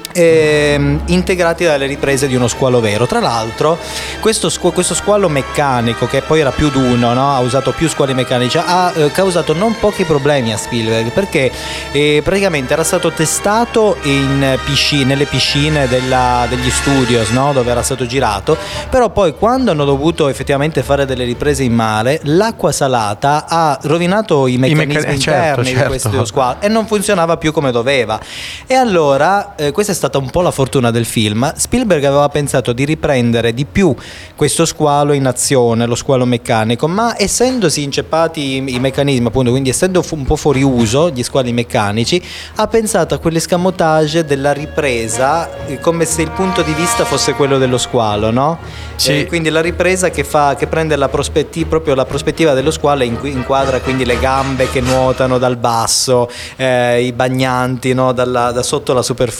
ehm, integrati dalle riprese di uno squalo vero. Tra l'altro questo, squ- questo squalo meccanico, che poi era più d'uno, no? Ha usato più squali meccanici, ha eh, causato non pochi problemi a Spielberg, perché eh, praticamente era stato testato in piscine, nelle piscine della- degli studios, no? Dove era stato girato, però poi quando hanno dovuto effettivamente fare delle riprese in mare, l'acqua salata ha rovinato i meccanismi mecca- eh, certo, interni di certo. questo squalo e non funzionava più come doveva. E allora eh, questa è stata un po' la fortuna del film. Spielberg aveva pensato di riprendere di più questo squalo in azione, lo squalo meccanico, ma essendosi inceppati i, i meccanismi, appunto, quindi essendo fu- un po' fuori uso gli squali meccanici, ha pensato a quell'escamotage della ripresa eh, come se il punto di vista fosse quello dello squalo, no? Sì. Eh, quindi la ripresa che fa che prende la prospettiva, proprio la prospettiva dello squalo e in- inquadra quindi le gambe che nuotano dal basso, eh, i bagnanti, no? Dalla- da sotto la superficie. Quello è stato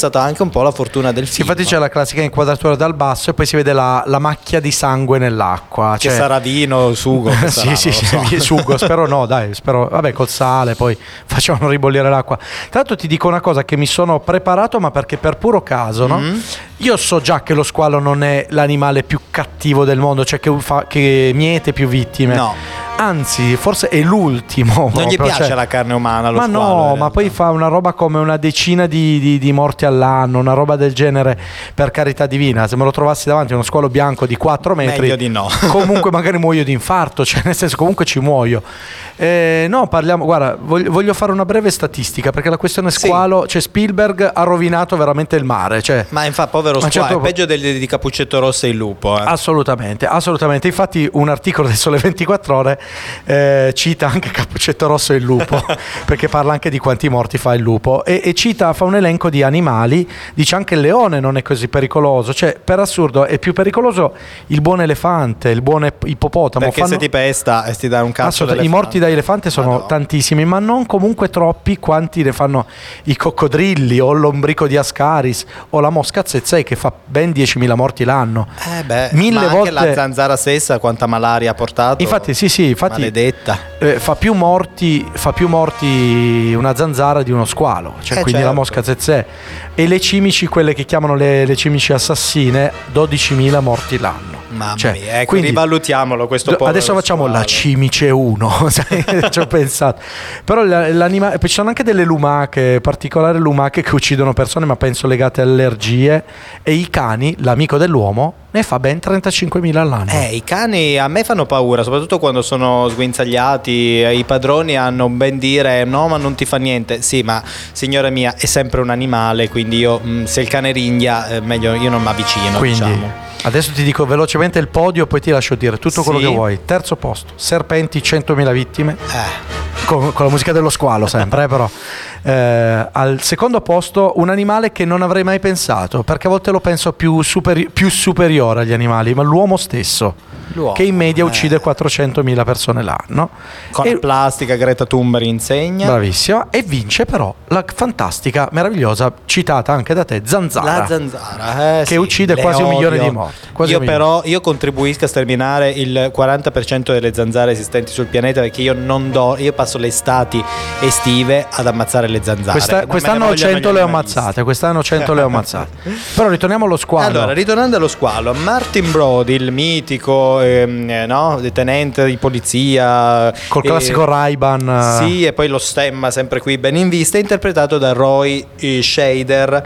stata anche un po' la fortuna del Sì, film. infatti c'è la classica inquadratura dal basso e poi si vede la, la macchia di sangue nell'acqua. Che cioè- sarà vino, sugo. che sarà, sì, sì, non lo sì, so. sugo, spero no, dai, spero, vabbè, col sale, poi facevano ribollire l'acqua. Tra l'altro ti dico una cosa che mi sono preparato, ma perché per puro caso, no? Mm. Io so già che lo squalo non è l'animale più cattivo del mondo, cioè che, fa, che miete più vittime. No. Anzi, forse è l'ultimo. Non gli proprio, piace cioè- la carne umana, lo ma squalo, in no, ma realtà. poi fa una roba come una decina di, di- di morti all'anno, una roba del genere, per carità divina. Se me lo trovassi davanti uno squalo bianco di quattro metri, Meglio di no. comunque magari muoio di infarto, cioè nel senso comunque ci muoio. Eh, no, parliamo, guarda, voglio, voglio fare una breve statistica perché la questione Sì. squalo, cioè Spielberg ha rovinato veramente il mare, cioè Ma infatti, povero Ma squalo, certo- è peggio del, di Cappuccetto Rosso e il lupo. Eh. Assolutamente, assolutamente. Infatti un articolo del Sole ventiquattro Ore eh, cita anche Cappuccetto Rosso e il lupo, perché parla anche di quanti morti fa il lupo e, e cita, fa un elenco di animali, dice anche il leone non è così pericoloso, cioè per assurdo è più pericoloso il buon elefante, il buon ep- ippopotamo. Perché Fanno- se ti pesta e ti dà un cazzo Assolutamente, i morti da elefante sono Madonna. tantissimi, ma non comunque troppi quanti ne fanno i coccodrilli o l'ombrico di Ascaris o la mosca tsetse che fa ben diecimila morti l'anno. Eh beh, Mille ma anche volte- la zanzara stessa quanta malaria ha portato. Infatti sì, sì, infatti Maledetta. eh, fa più morti fa più morti una zanzara di uno squalo, cioè Eh, quindi la certo. mosca tsetse, e le cimici, quelle che chiamano le, le cimici assassine, dodicimila morti l'anno. Mamma Cioè, mia, ecco, quindi- rivalutiamolo questo povero Adesso facciamo squalo. la cimice uno, sai, ci ho pensato. Però la- l'anima- poi ci sono anche delle lumache, particolari lumache che uccidono persone, ma penso legate alle allergie, e i cani, l'amico dell'uomo, ne fa ben trentacinquemila all'anno. Eh, i cani a me fanno paura, soprattutto quando sono sguinzagliati. I padroni hanno un ben dire: no, ma non ti fa niente. Sì, ma signora mia, è sempre un animale, quindi io, mh, se il cane ringhia, eh, meglio io non mi avvicino. Quindi diciamo. adesso ti dico velocemente il podio, poi ti lascio dire tutto quello Sì. che vuoi. Terzo posto, serpenti, centomila vittime, Eh, con, con la musica dello squalo sempre, eh, però. Eh, al secondo posto un animale che non avrei mai pensato, perché a volte lo penso più, superi- più superiore agli animali, ma l'uomo stesso, L'uomo, che in media eh. uccide quattrocentomila persone l'anno. con E- la plastica Greta Thunberg insegna. Bravissima, e vince però la fantastica, meravigliosa, citata anche da te, zanzara. La zanzara, eh, Che sì, uccide le quasi un milione odio. di morti, quasi Io un milione. però io contribuisco a sterminare il quaranta per cento delle zanzare esistenti sul pianeta, perché io non do, io passo le estati estive ad ammazzare le zanzare. Questa- Non me ne quest'anno vogliono cento gli le ho animalisti. ammazzate, quest'anno cento le ho ammazzate. Però ritorniamo allo squalo. Allora, ritornando allo squalo, Martin Brody, il mitico ehm, eh, no, tenente di polizia Col eh, classico Ray-Ban. Sì, e poi lo stemma sempre qui ben in vista, interpretato da Roy eh, Scheider.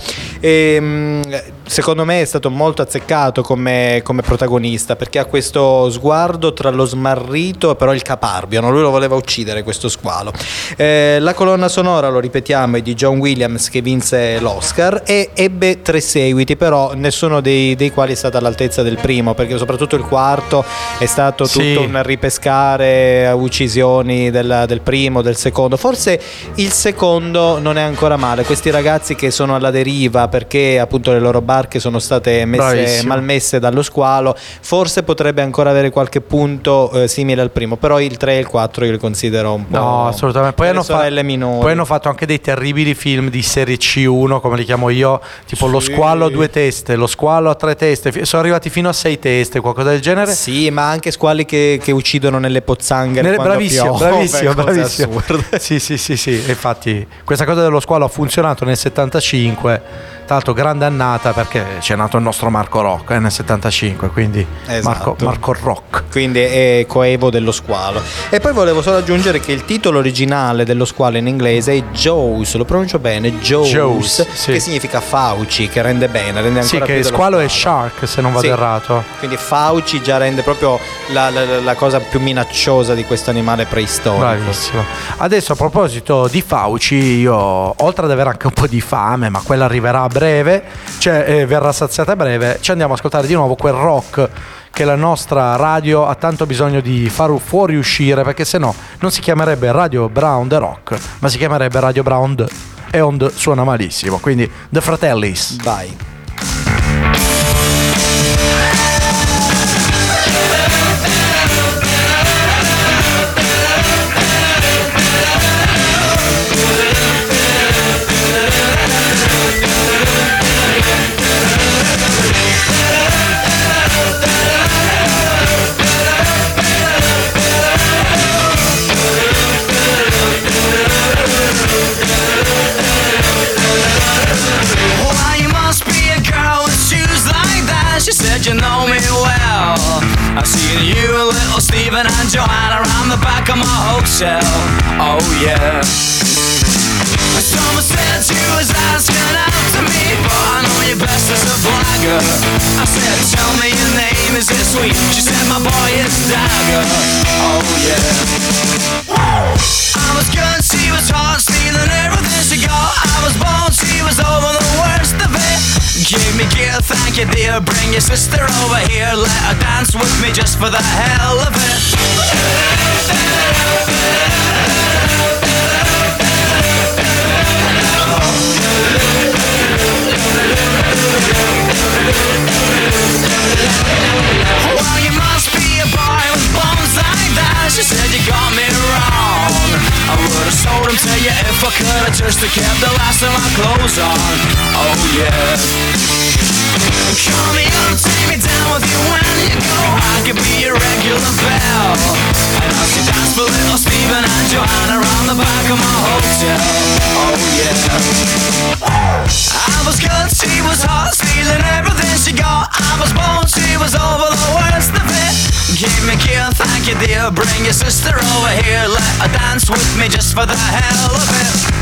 Ehm, secondo me è stato molto azzeccato come, come protagonista, perché ha questo sguardo tra lo smarrito e però il caparbio, no? Lui lo voleva uccidere questo squalo. Eh, la colonna sonora, lo ripetiamo, è di John Williams, che vinse l'Oscar e ebbe tre seguiti, però nessuno dei, dei quali è stato all'altezza del primo, perché soprattutto il quarto è stato tutto Sì. un ripescare a uccisioni del, del primo, del secondo. Forse il secondo non è ancora male, questi ragazzi che sono alla deriva perché appunto le loro barche sono state messe, Bravissimo. malmesse dallo squalo, forse potrebbe ancora avere qualche punto eh, simile al primo, però il tre e il quattro io li considero un po'. No, assolutamente. Poi delle hanno, fa- sorelle minori. poi hanno fatto anche dei terribili film di serie C uno, come li chiamo io, tipo Lo Sì. squalo a due teste, Lo squalo a tre teste, fi- sono arrivati fino a sei teste, qualcosa del genere. Sì, ma anche squali che, che ucccidono nelle pozzanghere. Nelle- quando bravissimo, piove, bravissimo, cose bravissimo. assurde. Sì, sì, sì, sì. E infatti questa cosa dello squalo ha funzionato nel settantacinque. Tra l'altro grande annata, perché c'è nato il nostro Marco Rock eh, nel settantacinque, quindi Esatto. Marco, Marco Rock. Quindi è coevo dello squalo. E poi volevo solo aggiungere che il titolo originale dello squalo in inglese è Jaws, lo pronuncio bene, Jaws, Jaws, sì. che significa fauci, che rende bene, rende ancora Sì, più che dello squalo è shark, se non vado Sì. errato. Quindi fauci già rende proprio la, la- la cosa più minacciosa di questo animale preistorico. Bravissimo. Adesso a proposito di Fauci, io oltre ad avere anche un po' di fame, ma quella arriverà a breve, cioè eh, verrà saziata a breve, ci andiamo a ascoltare di nuovo quel rock che la nostra radio ha tanto bisogno di far fuoriuscire, perché se no non si chiamerebbe Radio Brown The Rock, ma si chiamerebbe Radio Brown The, e on the suona malissimo, quindi The Fratellis. Vai. Thank Joanna around the back of my hotel. Oh yeah. Someone said you was asking out to me, but I know you best as a blagger. I said, tell me your name, is it sweet? She said, my boy is Dagger. Oh yeah. I was good, she was hot, stealing everything she got. I was bold, she was over the worst of it. Give me gear, thank you dear. Bring your sister over here, let her dance with me just for the hell of it. Well, you must be a boy with bones like that. She said you got me wrong. I would've sold him to you if I could've just kept the last of my clothes on. Oh yeah. Call me up, take me down with you when you go. I could be your regular belle. And I'll see dance for little Stephen and Joanna around the back of my hotel. Oh yeah. I was good, she was hot, stealing everything she got. I was bold, she was over the worst of it. Give me gear, thank you dear. Bring your sister over here, let her dance with me just for the hell of it.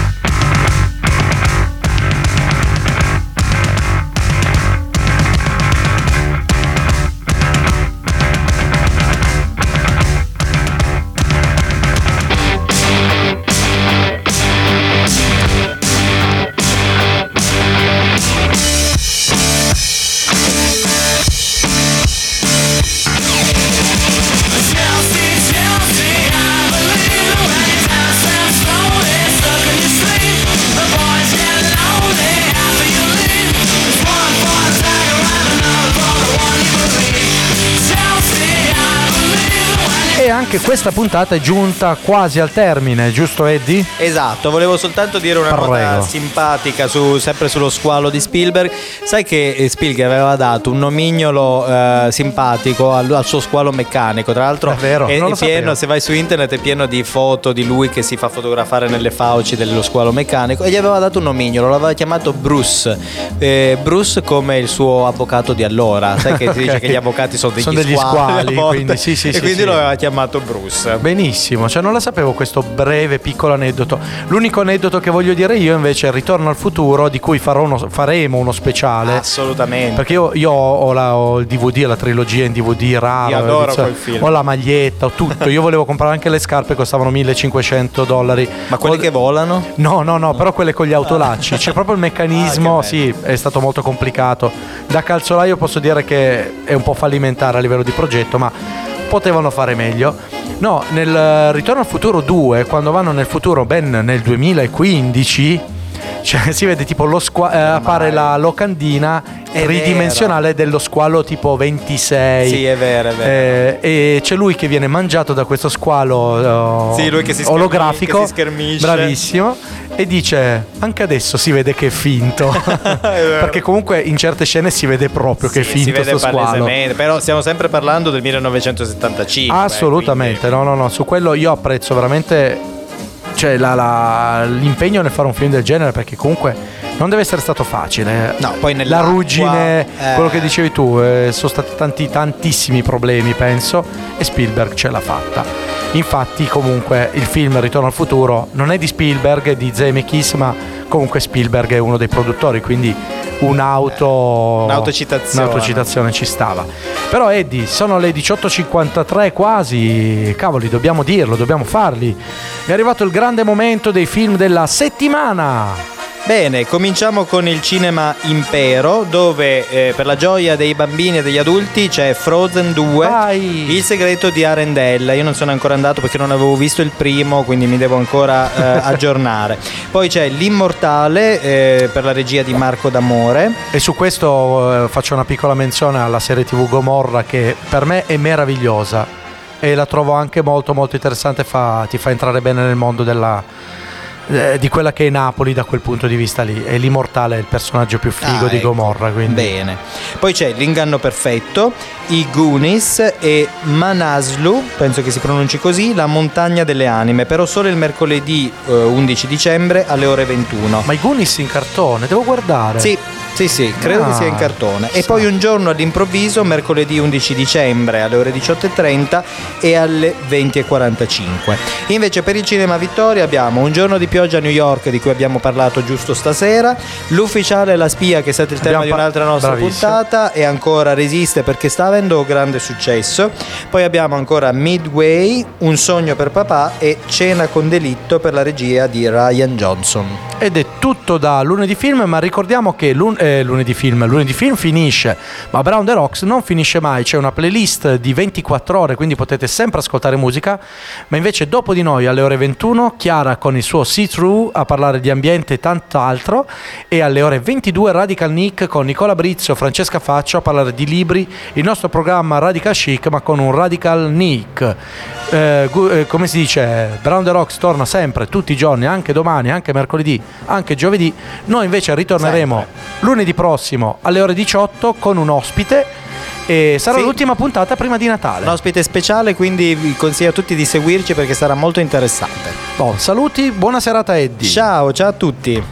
Anche questa puntata è giunta quasi al termine, giusto Eddie? Esatto, volevo soltanto dire una Prego. nota simpatica su, sempre sullo squalo di Spielberg. Sai che Spielberg aveva dato un nomignolo eh, simpatico al, al suo squalo meccanico. Tra l'altro è, vero, è, non lo è pieno, sapevo. se vai su internet è pieno di foto di lui che si fa fotografare nelle fauci dello squalo meccanico, e gli aveva dato un nomignolo, l'aveva chiamato Bruce. eh, Bruce come il suo avvocato di allora. Sai che si dice Ok. che gli avvocati sono degli, Sono degli squali, squali, a volte. quindi sì, sì, e sì, quindi sì. lo aveva chiamato Bruce. Benissimo, cioè non la sapevo questo breve piccolo aneddoto. L'unico aneddoto che voglio dire io invece è il Ritorno al futuro, di cui farò uno, faremo uno speciale. Assolutamente. Perché io, io ho, la, ho il D V D, la trilogia in D V D raro. Io adoro cioè, quel film. Ho la maglietta, ho tutto. Io volevo comprare anche le scarpe, costavano millecinquecento dollari. Ma quelli Ho- che volano? No, no, no, però quelle con gli autolacci. C'è proprio il meccanismo, Ah, che sì, è stato molto complicato. Da calzolaio posso dire che è un po' fallimentare a livello di progetto, ma potevano fare meglio. No, nel Ritorno al futuro due, quando vanno nel futuro ben nel duemilaquindici, cioè si vede tipo lo squa- eh, appare la locandina È ridimensionale dello squalo tipo ventisei. Sì, è vero, è vero. Eh, e c'è lui che viene mangiato da questo squalo eh, Sì, lui che si schermi- olografico, che si schermisce. bravissimo, e dice anche adesso si vede che è finto. Perché comunque in certe scene si vede proprio che è Sì, si finto vede sto squalo. palesemente, però stiamo sempre parlando del millenovecentosettantacinque. Assolutamente, no, no, no, su quello io apprezzo veramente, cioè la- la- l'impegno nel fare un film del genere, perché comunque non deve essere stato facile. No, poi la nell'acqua, ruggine, eh. quello che dicevi tu, eh, sono stati tanti, tantissimi problemi, penso, e Spielberg ce l'ha fatta. Infatti, comunque, il film Ritorno al futuro non è di Spielberg, è di Zemeckis, ma comunque Spielberg è uno dei produttori, quindi un'auto Un'autocitazione. un'autocitazione ci stava. Però Eddie, sono le diciotto e cinquantatré quasi, cavoli, dobbiamo dirlo, dobbiamo farli. È arrivato il grande momento dei film della settimana. Bene, cominciamo con il cinema Impero, dove eh, per la gioia dei bambini e degli adulti c'è Frozen due, Vai. Il segreto di Arendelle. Io non sono ancora andato perché non avevo visto il primo, quindi mi devo ancora eh, aggiornare. Poi c'è L'Immortale eh, per la regia di Marco D'Amore. E su questo eh, faccio una piccola menzione alla serie tivù Gomorra, che per me è meravigliosa e la trovo anche molto molto interessante, fa- ti fa entrare bene nel mondo della, eh, di quella che è Napoli da quel punto di vista lì. E l'Immortale è il personaggio più figo Ah, di ecco. Gomorra, quindi. Bene. Poi c'è L'Inganno Perfetto, I Goonies e Manaslu, penso che si pronunci così, La Montagna delle Anime, però solo il mercoledì eh, undici dicembre alle ore ventuno. Ma i Goonies in cartone, devo guardare. Sì, Sì, sì, credo Ah, che sia in cartone. E sì. poi un giorno all'improvviso, mercoledì undici dicembre alle ore diciotto e trenta e alle venti e quarantacinque. Invece per il Cinema Vittoria abbiamo Un giorno di pioggia a New York, di cui abbiamo parlato giusto stasera, L'ufficiale e la spia, che è stato il tema Abbiamo di par- un'altra nostra Bravissimo. puntata, e ancora Resiste, perché sta avendo grande successo. Poi abbiamo ancora Midway, Un sogno per papà e Cena con delitto, per la regia di Ryan Johnson. Ed è tutto da Lunedì Film, ma ricordiamo che lun- eh, lunedì film, lunedì film finisce, ma Brown the Rocks non finisce mai. C'è una playlist di ventiquattro ore, quindi potete sempre ascoltare musica. Ma invece dopo di noi alle ore ventuno Chiara con il suo See Through a parlare di ambiente e tanto altro, e alle ore ventidue Radical Nick con Nicola Brizio, Francesca Faccio a parlare di libri, il nostro programma Radical Chic ma con un Radical Nick. Eh, gu- eh, come si dice, Brown the Rocks torna sempre, tutti i giorni, anche domani, anche mercoledì, anche giovedì. Noi invece ritorneremo lunedì prossimo alle ore diciotto con un ospite, e sarà Sì. l'ultima puntata prima di Natale. Un ospite speciale, quindi vi consiglio a tutti di seguirci perché sarà molto interessante. Boh, saluti, buona serata Eddie. Ciao, ciao a tutti.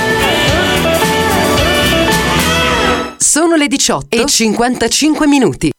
Sono le diciotto e cinquantacinque minuti.